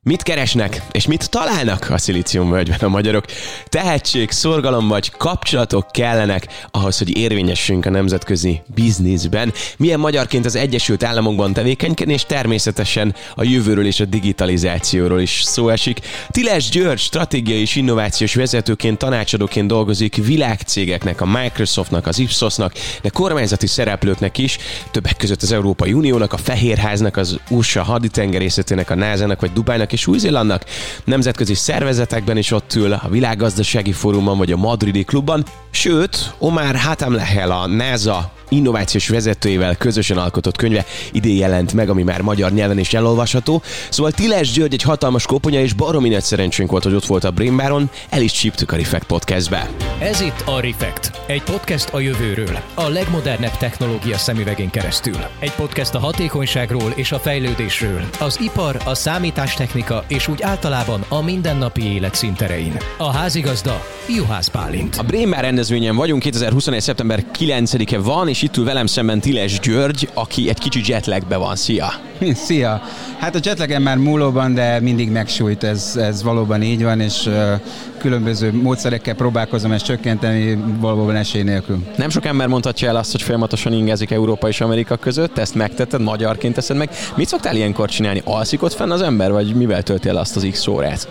Mit keresnek, és mit találnak a szilíciumvölgyben a magyarok? Tehetség, szorgalom vagy kapcsolatok kellenek ahhoz, hogy érvényesüljünk a nemzetközi bizniszben. Milyen magyarként az Egyesült Államokban tevékenykedni, és természetesen a jövőről és a digitalizációról is szó esik. Tiles György stratégiai és innovációs vezetőként, tanácsadóként dolgozik világcégeknek, a Microsoftnak, az Ipsosnak, de kormányzati szereplőknek is, többek között az Európai Uniónak, a Fehérháznak, az USA haditengerészetének, a NASA-nak vagy Dubájnak és Új-Zélandnak, nemzetközi szervezetekben is ott ül, a Világgazdasági Fórumon vagy a Madridi Klubban, sőt, Omar Hattamlehel, a NASA innovációs vezetőjével közösen alkotott könyve idén jelent meg, ami már magyar nyelven is elolvasható. Szóval Tiles György egy hatalmas koponya, és baromi nagy szerencsénk volt, hogy ott volt a Brain Baron, el is csíptük a Refekt podcastbe. Ez itt a Refekt, egy podcast a jövőről, a legmodernebb technológia szemüvegén keresztül. Egy podcast a hatékonyságról és a fejlődésről, az ipar, a számítástechnika és úgy általában a mindennapi élet színterein. A házigazda Juhász Bálint. A Brain Bar rendezvényen vagyunk, 2021. szeptember 9-e van, és itt ül velem szemben Tiles György, aki egy kicsi jetlagbe van. Szia! Szia! Hát a jetlagem már múlóban, de mindig megsújt, ez valóban így van, és különböző módszerekkel próbálkozom ezt csökkenteni, valóban esély nélkül. Nem sok ember mondhatja el azt, hogy folyamatosan ingezik Európa és Amerika között, ezt megtetted, magyarként teszed meg. Mit szoktál ilyenkor csinálni? Alszik ott fenn az ember, vagy mivel töltél azt az X órát?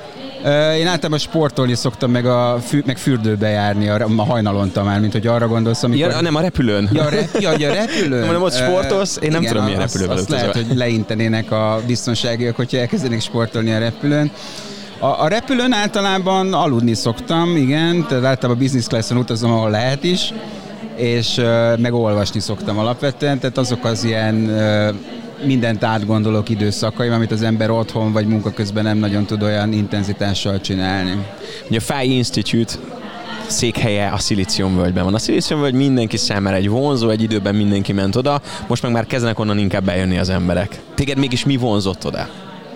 Én általában sportolni szoktam, meg fürdőbe járni a hajnalonta már, mint hogy arra gondolsz, amikor... Ja, nem a repülőn. A repülőn? Nem, ott sportolsz, én nem igen, tudom, milyen repülővel utazol. Azt lehet, hogy leintenének a biztonságiak, hogyha elkezdenék sportolni a repülőn. A repülőn általában aludni szoktam, igen, tehát általában business class-on utazom, ahol lehet is, és meg olvasni szoktam alapvetően, tehát azok az ilyen... mindent átgondolok időszakaim, amit az ember otthon vagy munka közben nem nagyon tud olyan intenzitással csinálni. Ugye a FI Institute székhelye a szilíciumvölgyben van. A szilíciumvölgy mindenki számára egy vonzó, egy időben mindenki ment oda, most meg kezdenek onnan inkább bejönni az emberek. Téged mégis mi vonzott oda?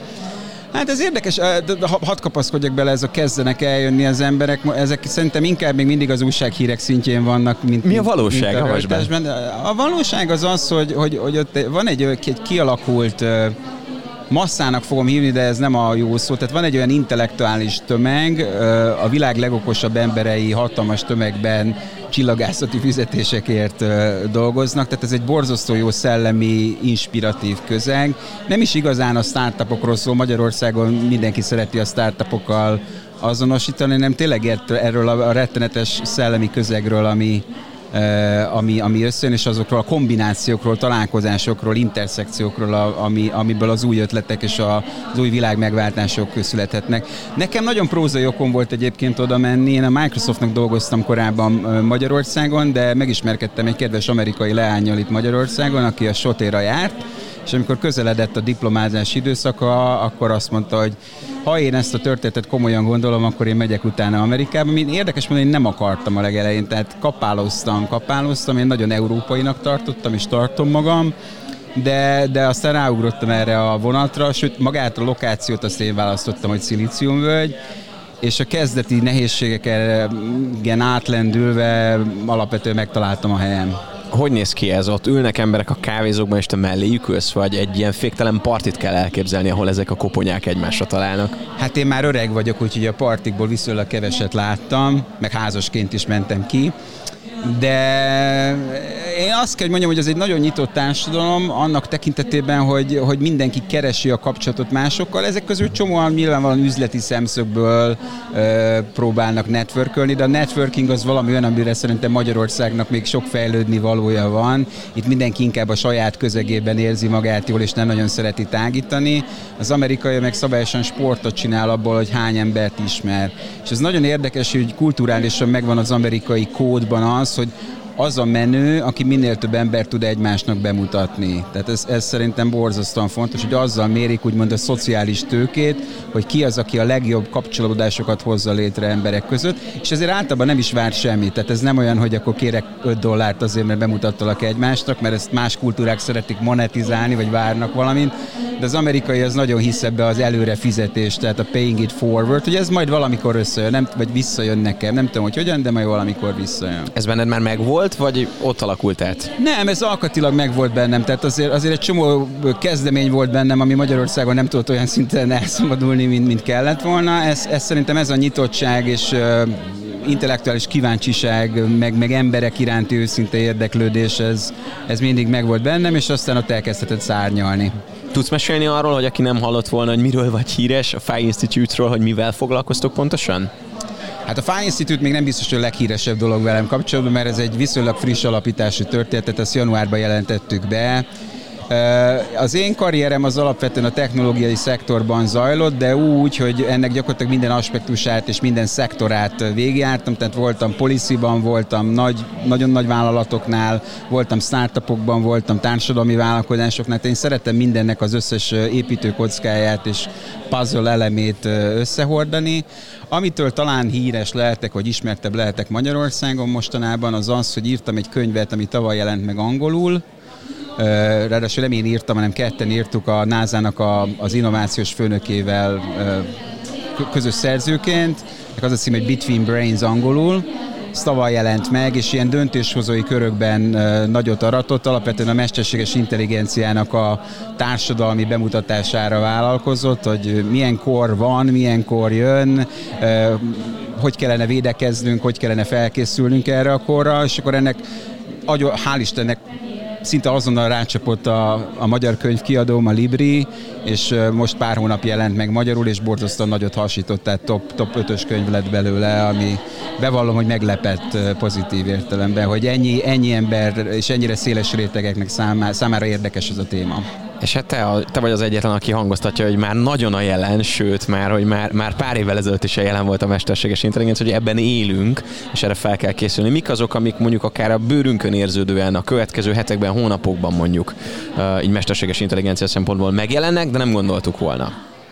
Hát ez érdekes, hadd kapaszkodjak bele, ez a kezdenek eljönni az emberek, ezek szerintem inkább még mindig az újsághírek szintjén vannak, mint mi a valóság? A valóság az, hogy ott van egy kialakult, masszának fogom hívni, de ez nem a jó szó, tehát van egy olyan intellektuális tömeg, a világ legokosabb emberei hatalmas tömegben csillagászati fizetésekért dolgoznak, tehát ez egy borzasztó jó szellemi, inspiratív közeg. Nem is igazán a startupokról szól, Magyarországon mindenki szereti a startupokkal azonosítani, hanem tényleg erről a rettenetes szellemi közegről, ami összejön, és azokról a kombinációkról, találkozásokról, interszekciókról, amiből az új ötletek és az új világ megváltások születhetnek. Nekem nagyon prózai okom volt egyébként oda menni. Én a Microsoftnak dolgoztam korábban Magyarországon, de megismerkedtem egy kedves amerikai leánnyal itt Magyarországon, aki a SOT-ra járt, és amikor közeledett a diplomázás időszaka, akkor azt mondta, hogy ha én ezt a történetet komolyan gondolom, akkor én megyek utána Amerikába. Érdekes mondani, én nem akartam a legelején, tehát kapáloztam, én nagyon európainak tartottam, és tartom magam, de aztán ráugrottam erre a vonatra, sőt magát a lokációt azt én választottam, hogy szilíciumvölgy, és a kezdeti nehézségeken átlendülve alapvetően megtaláltam a helyem. Hogy néz ki ez? Ott ülnek emberek a kávézókban, és te melléjük ülsz, vagy egy ilyen féktelen partit kell elképzelni, ahol ezek a koponyák egymásra találnak? Hát én már öreg vagyok, úgyhogy a partikból viszonylag keveset láttam, meg házasként is mentem ki, de én azt kell, hogy mondjam, hogy ez egy nagyon nyitott társadalom, annak tekintetében, hogy mindenki keresi a kapcsolatot másokkal. Ezek közül csomóan nyilvánvalóan üzleti szemszögből próbálnak networkölni, de a networking az valami olyan, amire szerintem Magyarországnak még sok fejlődni valója van. Itt mindenki inkább a saját közegében érzi magát jól, és nem nagyon szereti tágítani. Az amerikai meg szabályosan sportot csinál abból, hogy hány embert ismer. És ez nagyon érdekes, hogy kulturálisan megvan az amerikai kódban az, hogy az a menő, aki minél több embert tud egymásnak bemutatni. Tehát ez szerintem borzasztóan fontos, hogy azzal mérik úgymond a szociális tőkét, hogy ki az, aki a legjobb kapcsolódásokat hozza létre emberek között, és ezért általában nem is vár semmit. Tehát ez nem olyan, hogy akkor kérek $5 azért, mert bemutattalak egymásnak, mert ezt más kultúrák szeretik monetizálni, vagy várnak valamint, de az amerikai az nagyon hisz ebbe az előre fizetés, tehát a paying it forward, hogy ez majd valamikor összejön, vagy visszajön nekem. Nem tudom, hogy hogyan, de majd valamikor visszajön. Ez benned már megvolt, vagy ott alakult át? Nem, ez alkatilag megvolt bennem, tehát azért egy csomó kezdemény volt bennem, ami Magyarországon nem tudott olyan szinten elszabadulni, mint kellett volna. Ez szerintem ez a nyitottság és intellektuális kíváncsiság, meg emberek iránti őszinte érdeklődés, ez mindig megvolt bennem, és aztán ott elkezdhetett szárnyalni. Tudsz mesélni arról, hogy aki nem hallott volna, hogy miről vagy híres, a FI Institute-ról, hogy mivel foglalkoztok pontosan? Hát a FI Institute még nem biztos, hogy a leghíresebb dolog velem kapcsolatban, mert ez egy viszonylag friss alapítású történetet, ezt januárban jelentettük be. Az én karrierem az alapvetően a technológiai szektorban zajlott, de úgy, hogy ennek gyakorlatilag minden aspektusát és minden szektorát végigjártam, tehát voltam policyban, voltam nagyon nagy vállalatoknál, voltam startupokban, voltam társadalmi vállalkozásoknál, én szerettem mindennek az összes építőkockáját és puzzle elemét összehordani. Amitől talán híres lehetek, vagy ismertebb lehetek Magyarországon mostanában, az az, hogy írtam egy könyvet, ami tavaly jelent meg angolul. Ráadásul nem én írtam, hanem ketten írtuk a NASA-nak az innovációs főnökével közös szerzőként. Az a cím, hogy Between Brains angolul. Ez tavaly jelent meg, és ilyen döntéshozói körökben nagyot aratott. Alapvetően a mesterséges intelligenciának a társadalmi bemutatására vállalkozott, hogy milyen kor van, milyen kor jön, hogy kellene védekeznünk, hogy kellene felkészülnünk erre a korra, és akkor ennek hál' Istennek szinte azonnal rácsapott a magyar könyvkiadóm, a Libri, és most pár hónap jelent meg magyarul, és borzasztóan nagyot hasított, tehát top 5-ös könyv lett belőle, ami bevallom, hogy meglepett pozitív értelemben, hogy ennyi ember és ennyire széles rétegeknek számára érdekes ez a téma. És hát te vagy az egyetlen, aki hangoztatja, hogy már nagyon a jelen, sőt, már pár évvel ezelőtt is a jelen volt a mesterséges intelligencia, hogy ebben élünk, és erre fel kell készülni. Mik azok, amik mondjuk akár a bőrünkön érződően a következő hetekben, hónapokban mondjuk így mesterséges intelligencia szempontból megjelennek, de nem gondoltuk volna?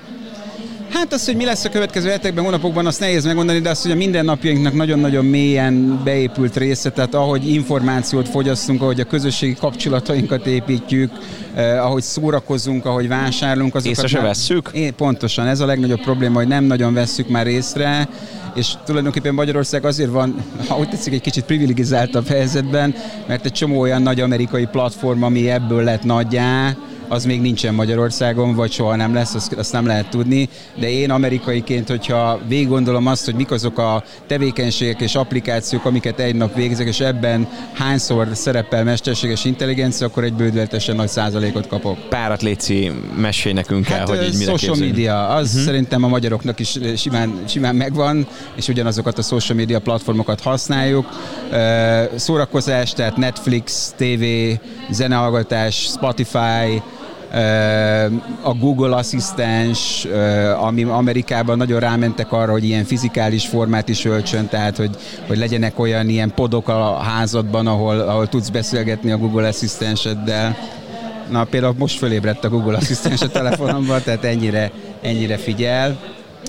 Hát az, hogy mi lesz a következő hetekben, hónapokban, azt nehéz megmondani, de az, hogy a mindennapjainknak nagyon-nagyon mélyen beépült része, tehát ahogy információt fogyasztunk, ahogy a közösségi kapcsolatainkat építjük, ahogy szórakozunk, ahogy vásárlunk. Észre se vesszük? Pontosan, ez a legnagyobb probléma, hogy nem nagyon vesszük már észre, és tulajdonképpen Magyarország azért van, ha úgy tetszik, egy kicsit privilegizáltabb helyzetben, mert egy csomó olyan nagy amerikai platform, ami ebből lett nagyjá, az még nincsen Magyarországon, vagy soha nem lesz, azt nem lehet tudni, de én amerikaiként, hogyha végig gondolom azt, hogy mik azok a tevékenységek és applikációk, amiket egy nap végzek, és ebben hányszor szerepel mesterséges intelligencia, akkor egy bődületesen nagy százalékot kapok. Párat léci, mesélj nekünk el, hogy így mire social media, az szerintem a magyaroknak is simán megvan, és ugyanazokat a social media platformokat használjuk. Szórakozás, tehát Netflix, TV, zenehallgatás, Spotify, a Google asszisztens, ami Amerikában nagyon rámentek arra, hogy ilyen fizikális formát is öltsön, tehát hogy legyenek olyan ilyen podok a házadban, ahol tudsz beszélgetni a Google asszisztenseddel. Na, például most fölébredt a Google asszisztens a telefonomban, tehát ennyire figyel.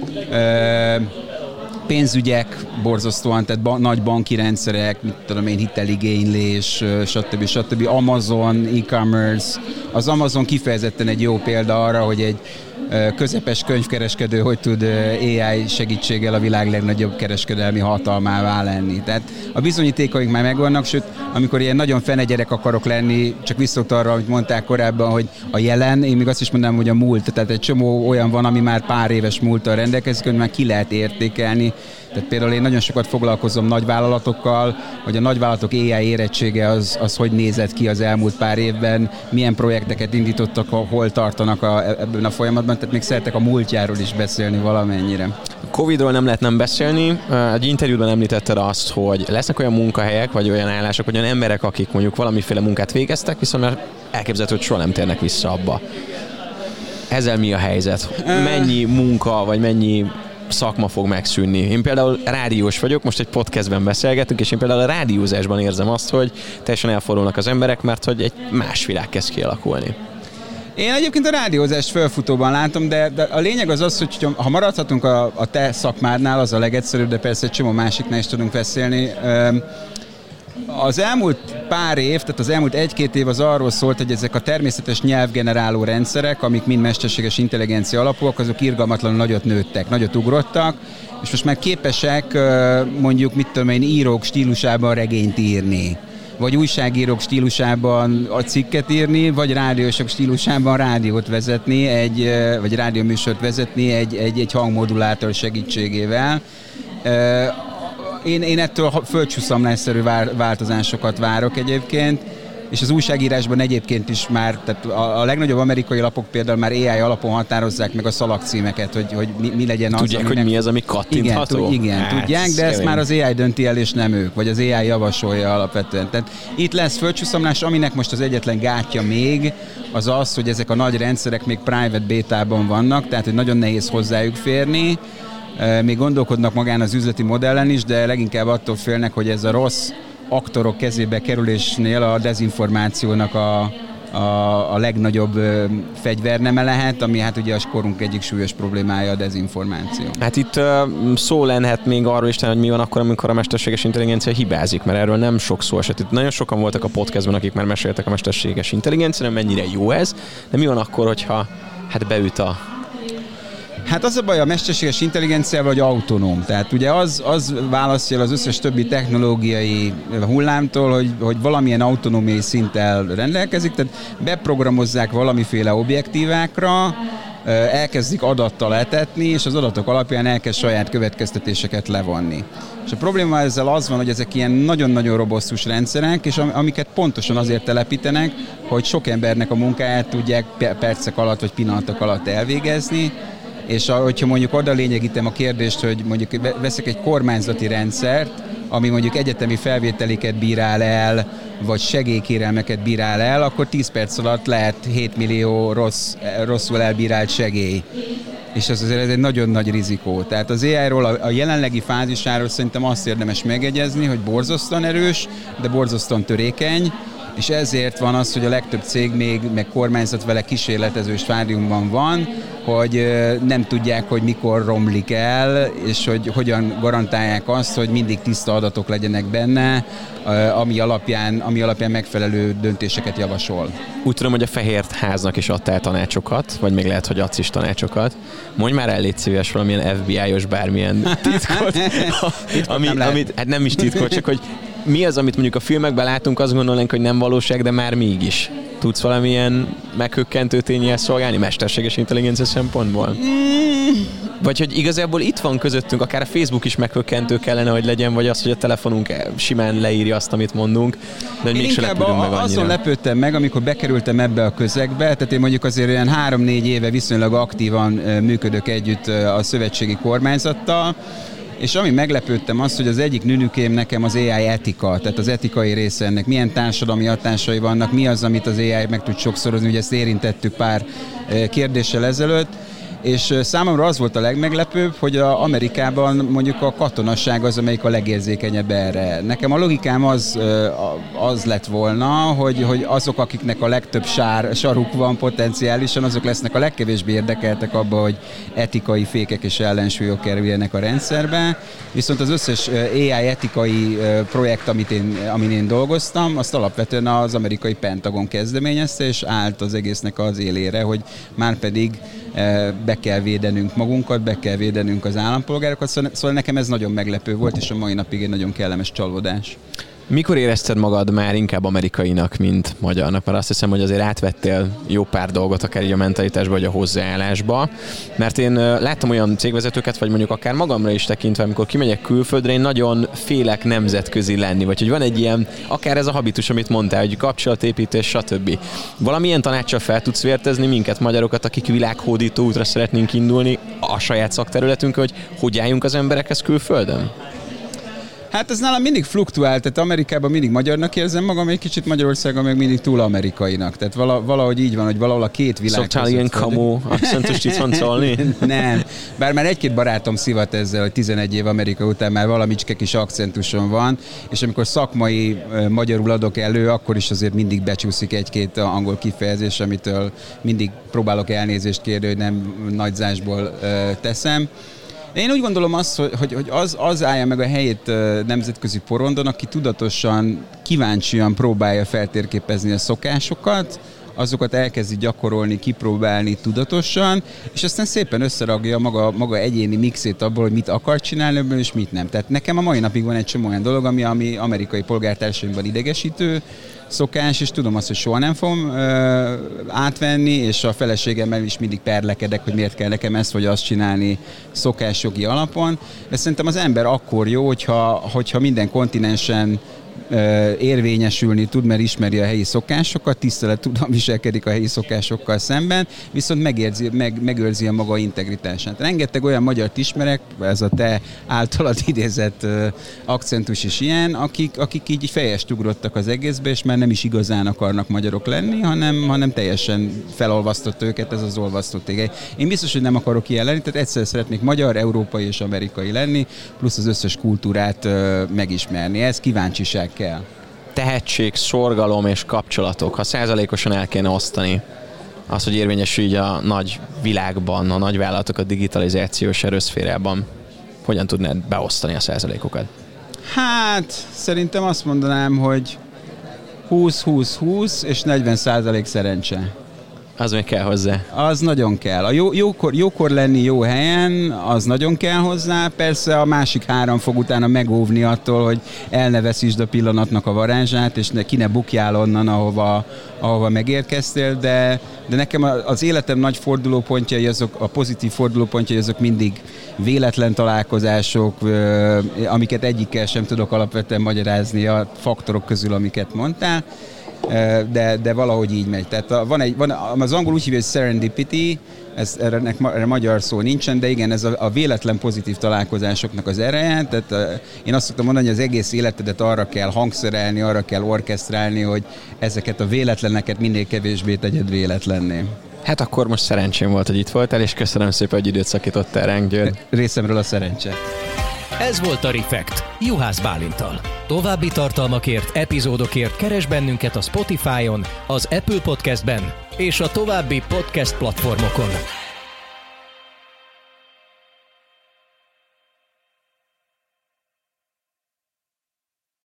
Pénzügyek borzasztóan, tehát nagy banki rendszerek, mit tudom én, hiteligénylés, stb. Amazon, e-commerce. Az Amazon kifejezetten egy jó példa arra, hogy egy közepes könyvkereskedő hogy tud AI segítséggel a világ legnagyobb kereskedelmi hatalmává lenni. Tehát a bizonyítékaink már megvannak, sőt, amikor ilyen nagyon fene gyerek akarok lenni, csak visszatok arra, amit mondták korábban, hogy a jelen, én még azt is mondanám, hogy a múlt, tehát egy csomó olyan van, ami már pár éves múlttal rendelkezik, hogy már ki lehet értékelni. Tehát például én nagyon sokat foglalkozom nagyvállalatokkal, hogy a nagyvállalatok AI érettsége az hogy nézett ki az elmúlt pár évben, milyen projekteket indítottak, hol tartanak ebben a folyamatban, tehát még szeretek a múltjáról is beszélni valamennyire. Covid-ról nem lehet nem beszélni. Egy interjúban említetted azt, hogy lesznek olyan munkahelyek, vagy olyan állások, vagy olyan emberek, akik mondjuk valamiféle munkát végeztek, viszont már elképzelhető, hogy soha nem térnek vissza abba. Ezzel mi a helyzet? Mennyi munka, vagy mennyi szakma fog megszűnni? Én például rádiós vagyok, most egy podcastben beszélgetünk, és én például a rádiózásban érzem azt, hogy teljesen elfordulnak az emberek, mert hogy egy más világ kezd kialakulni. Én egyébként a rádiózást felfutóban látom, de a lényeg az, hogy ha maradhatunk a te szakmádnál, az a legegyszerűbb, de persze egy csomó másiknál is tudunk beszélni. Az elmúlt pár év, tehát az elmúlt 1-2 év az arról szólt, hogy ezek a természetes nyelvgeneráló rendszerek, amik mind mesterséges intelligencia alapúak, azok irgalmatlanul nagyot nőttek, nagyot ugrottak, és most már képesek mondjuk, mit tudom én, írók stílusában regényt írni, vagy újságírók stílusában a cikket írni, vagy rádiósok stílusában rádiót vezetni, vagy rádióműsort vezetni egy hangmodulátor segítségével. Én ettől földcsúszamlásszerű változásokat várok egyébként, és az újságírásban egyébként is már, tehát a legnagyobb amerikai lapok például már AI alapon határozzák meg a szalagcímeket, hogy mi legyen az. Tudják, hogy mi az, ami kattintható? Igen, tudják, de ezt már az AI dönti el, és nem ők, vagy az AI javasolja alapvetően. Tehát itt lesz földcsúszamlás, aminek most az egyetlen gátja még, az az, hogy ezek a nagy rendszerek még private bétában vannak, tehát hogy nagyon nehéz hozzájuk férni. Még gondolkodnak magán az üzleti modellen is, de leginkább attól félnek, hogy ez a rossz aktorok kezébe kerülésnél a dezinformációnak a legnagyobb fegyverneme lehet, ami hát ugye a korunk egyik súlyos problémája a dezinformáció. Hát itt szó lehet még arról is, hogy mi van akkor, amikor a mesterséges intelligencia hibázik, mert erről nem sok szó esett. Itt nagyon sokan voltak a podcastban, akik már meséltek a mesterséges intelligenciáról, mennyire jó ez, de mi van akkor, hogyha hát beüt a... Hát az a baj a mesterséges intelligenciával, hogy autonóm. Tehát ugye az választja az összes többi technológiai hullámtól, hogy valamilyen autonómiai szinttel rendelkezik, tehát beprogramozzák valamiféle objektívákra, elkezdik adattal etetni, és az adatok alapján elkezd saját következtetéseket levonni. És a probléma ezzel az van, hogy ezek ilyen nagyon-nagyon robosztus rendszerek, és amiket pontosan azért telepítenek, hogy sok embernek a munkáját tudják percek alatt vagy pillanatok alatt elvégezni, és hogyha mondjuk oda lényegítem a kérdést, hogy mondjuk veszek egy kormányzati rendszert, ami mondjuk egyetemi felvételiket bírál el, vagy segélykérelmeket bírál el, akkor 10 perc alatt lehet 7 millió rosszul elbírált segély. És ez azért egy nagyon nagy rizikó. Tehát az AI-ról, a jelenlegi fázisáról szerintem azt érdemes megjegyezni, hogy borzasztóan erős, de borzasztóan törékeny, és ezért van az, hogy a legtöbb cég meg kormányzat vele kísérletező stádiumban van, hogy nem tudják, hogy mikor romlik el, és hogy hogyan garantálják azt, hogy mindig tiszta adatok legyenek benne, ami alapján megfelelő döntéseket javasol. Úgy tudom, hogy a Fehér Háznak is adtál tanácsokat, vagy még lehet, hogy adsz is tanácsokat. Mondj már el, légy szíves, valamilyen FBI-os bármilyen titkot, amit, hát nem is titkot, csak hogy mi az, amit mondjuk a filmekben látunk, azt gondolnánk, hogy nem valóság, de már mégis. Tudsz valamilyen meghökkentő tényel szolgálni mesterséges intelligencia szempontból? Vagy hogy igazából itt van közöttünk, akár a Facebook is meghökkentő kellene, hogy legyen, vagy az, hogy a telefonunk simán leírja azt, amit mondunk, de hogy mégse lepődünk meg annyira. Azon lepődtem meg, amikor bekerültem ebbe a közegbe, tehát én mondjuk azért olyan 3-4 éve viszonylag aktívan működök együtt a szövetségi kormányzattal, és ami meglepődtem az, hogy az egyik nünükém nekem az AI etika, tehát az etikai része ennek, milyen társadalmi hatásai vannak, mi az, amit az AI meg tud sokszorozni, ugye ezt érintettük pár kérdéssel ezelőtt, és számomra az volt a legmeglepőbb, hogy Amerikában mondjuk a katonasság az, amelyik a legérzékenyebb erre. Nekem a logikám az lett volna, hogy azok, akiknek a legtöbb saruk van potenciálisan, azok lesznek a legkevésbé érdekeltek abba, hogy etikai fékek és ellensúlyok kerüljenek a rendszerbe. Viszont az összes AI etikai projekt, amin én dolgoztam, azt alapvetően az amerikai Pentagon kezdeményezte, és állt az egésznek az élére, hogy márpedig be kell védenünk magunkat, be kell védenünk az állampolgárokat, szóval nekem ez nagyon meglepő volt, és a mai napig egy nagyon kellemes csalódás. Mikor érezted magad már inkább amerikainak, mint magyarnak? Mert azt hiszem, hogy azért átvettél jó pár dolgot, akár így a mentalitásba, vagy a hozzáállásba. Mert én láttam olyan cégvezetőket, vagy mondjuk akár magamra is tekintve, amikor kimegyek külföldre, én nagyon félek nemzetközi lenni, vagy hogy van egy ilyen, akár ez a habitus, amit mondtál, hogy kapcsolatépítés, stb. Valamilyen tanácssal fel tudsz vértezni minket, magyarokat, akik világhódító útra szeretnénk indulni a saját szakterületünkön, hogy álljunk az emberekhez külföldön? Hát ez nálam mindig fluktuál, tehát Amerikában mindig magyarnak érzem magam, egy kicsit Magyarországon meg mindig túl amerikainak. Tehát valahogy így van, hogy valahol a két világ... Szoktál ilyen kamu akcentust itt van szólni? Nem, bár már egy-két barátom szivat ezzel, hogy 11 év Amerika után már valamicske kis akcentusom van, és amikor szakmai magyarul adok elő, akkor is azért mindig becsúszik egy-két angol kifejezés, amitől mindig próbálok elnézést kérni, hogy nem nagyzásból teszem. Én úgy gondolom azt, hogy az állja meg a helyét nemzetközi porondon, aki tudatosan, kíváncsian próbálja feltérképezni a szokásokat, azokat elkezdi gyakorolni, kipróbálni tudatosan, és aztán szépen összeragja maga egyéni mixét abból, hogy mit akar csinálni ebből, és mit nem. Tehát nekem a mai napig van egy csomó olyan dolog, ami amerikai polgártársaimban idegesítő szokás, és tudom azt, hogy soha nem fogom átvenni, és a feleségemmel is mindig perlekedek, hogy miért kell nekem ezt vagy azt csinálni szokásjogi alapon. De szerintem az ember akkor jó, hogyha minden kontinensen érvényesülni tud, mert ismeri a helyi szokásokat, tisztelettudan viselkedik a helyi szokásokkal szemben, viszont megőrzi a maga integritását. Rengeteg olyan magyart ismerek, ez a te általad idézett akcentus is ilyen, akik így fejest ugrottak az egészbe, és már nem is igazán akarnak magyarok lenni, hanem teljesen felolvasztott őket ez az olvasztó tégely. Én biztos, hogy nem akarok ilyen lenni, tehát egyszer szeretnék magyar, európai és amerikai lenni, plusz az összes kultúrát megismerni. Ez kíváncsiság kell. Tehetség, szorgalom és kapcsolatok. Ha százalékosan el kéne osztani az, hogy érvényesülj a nagy világban, a nagy vállalatok a digitalizációs erőszférában, hogyan tudnád beosztani a százalékokat? Hát, szerintem azt mondanám, hogy 20-20-20 és 40% szerencse. Az még kell hozzá. Az nagyon kell. A jókor lenni jó helyen, az nagyon kell hozzá. Persze a másik 3 fog utána megóvni attól, hogy el ne veszítsd a pillanatnak a varázsát, és ki ne bukjál onnan, ahova megérkeztél, de nekem az életem nagy fordulópontjai, a pozitív fordulópontjai, azok mindig véletlen találkozások, amiket egyikkel sem tudok alapvetően magyarázni a faktorok közül, amiket mondtál. De valahogy így megy. Tehát van az angol úgy hívja, hogy serendipity, erre magyar szó nincsen, de igen, ez a véletlen pozitív találkozásoknak az ereje. Tehát én azt szoktam mondani, hogy az egész életedet arra kell hangszerelni, arra kell orkesztrálni, hogy ezeket a véletleneket minél kevésbé tegyed véletlenné. Hát akkor most szerencsém volt, hogy itt voltál, és köszönöm szépen, hogy időt szakítottál ránk, György. Részemről a szerencse. Ez volt a Refekt Juhász Bálinttal. További tartalmakért, epizódokért keresd bennünket a Spotify-on, az Apple Podcastben és a további podcast platformokon.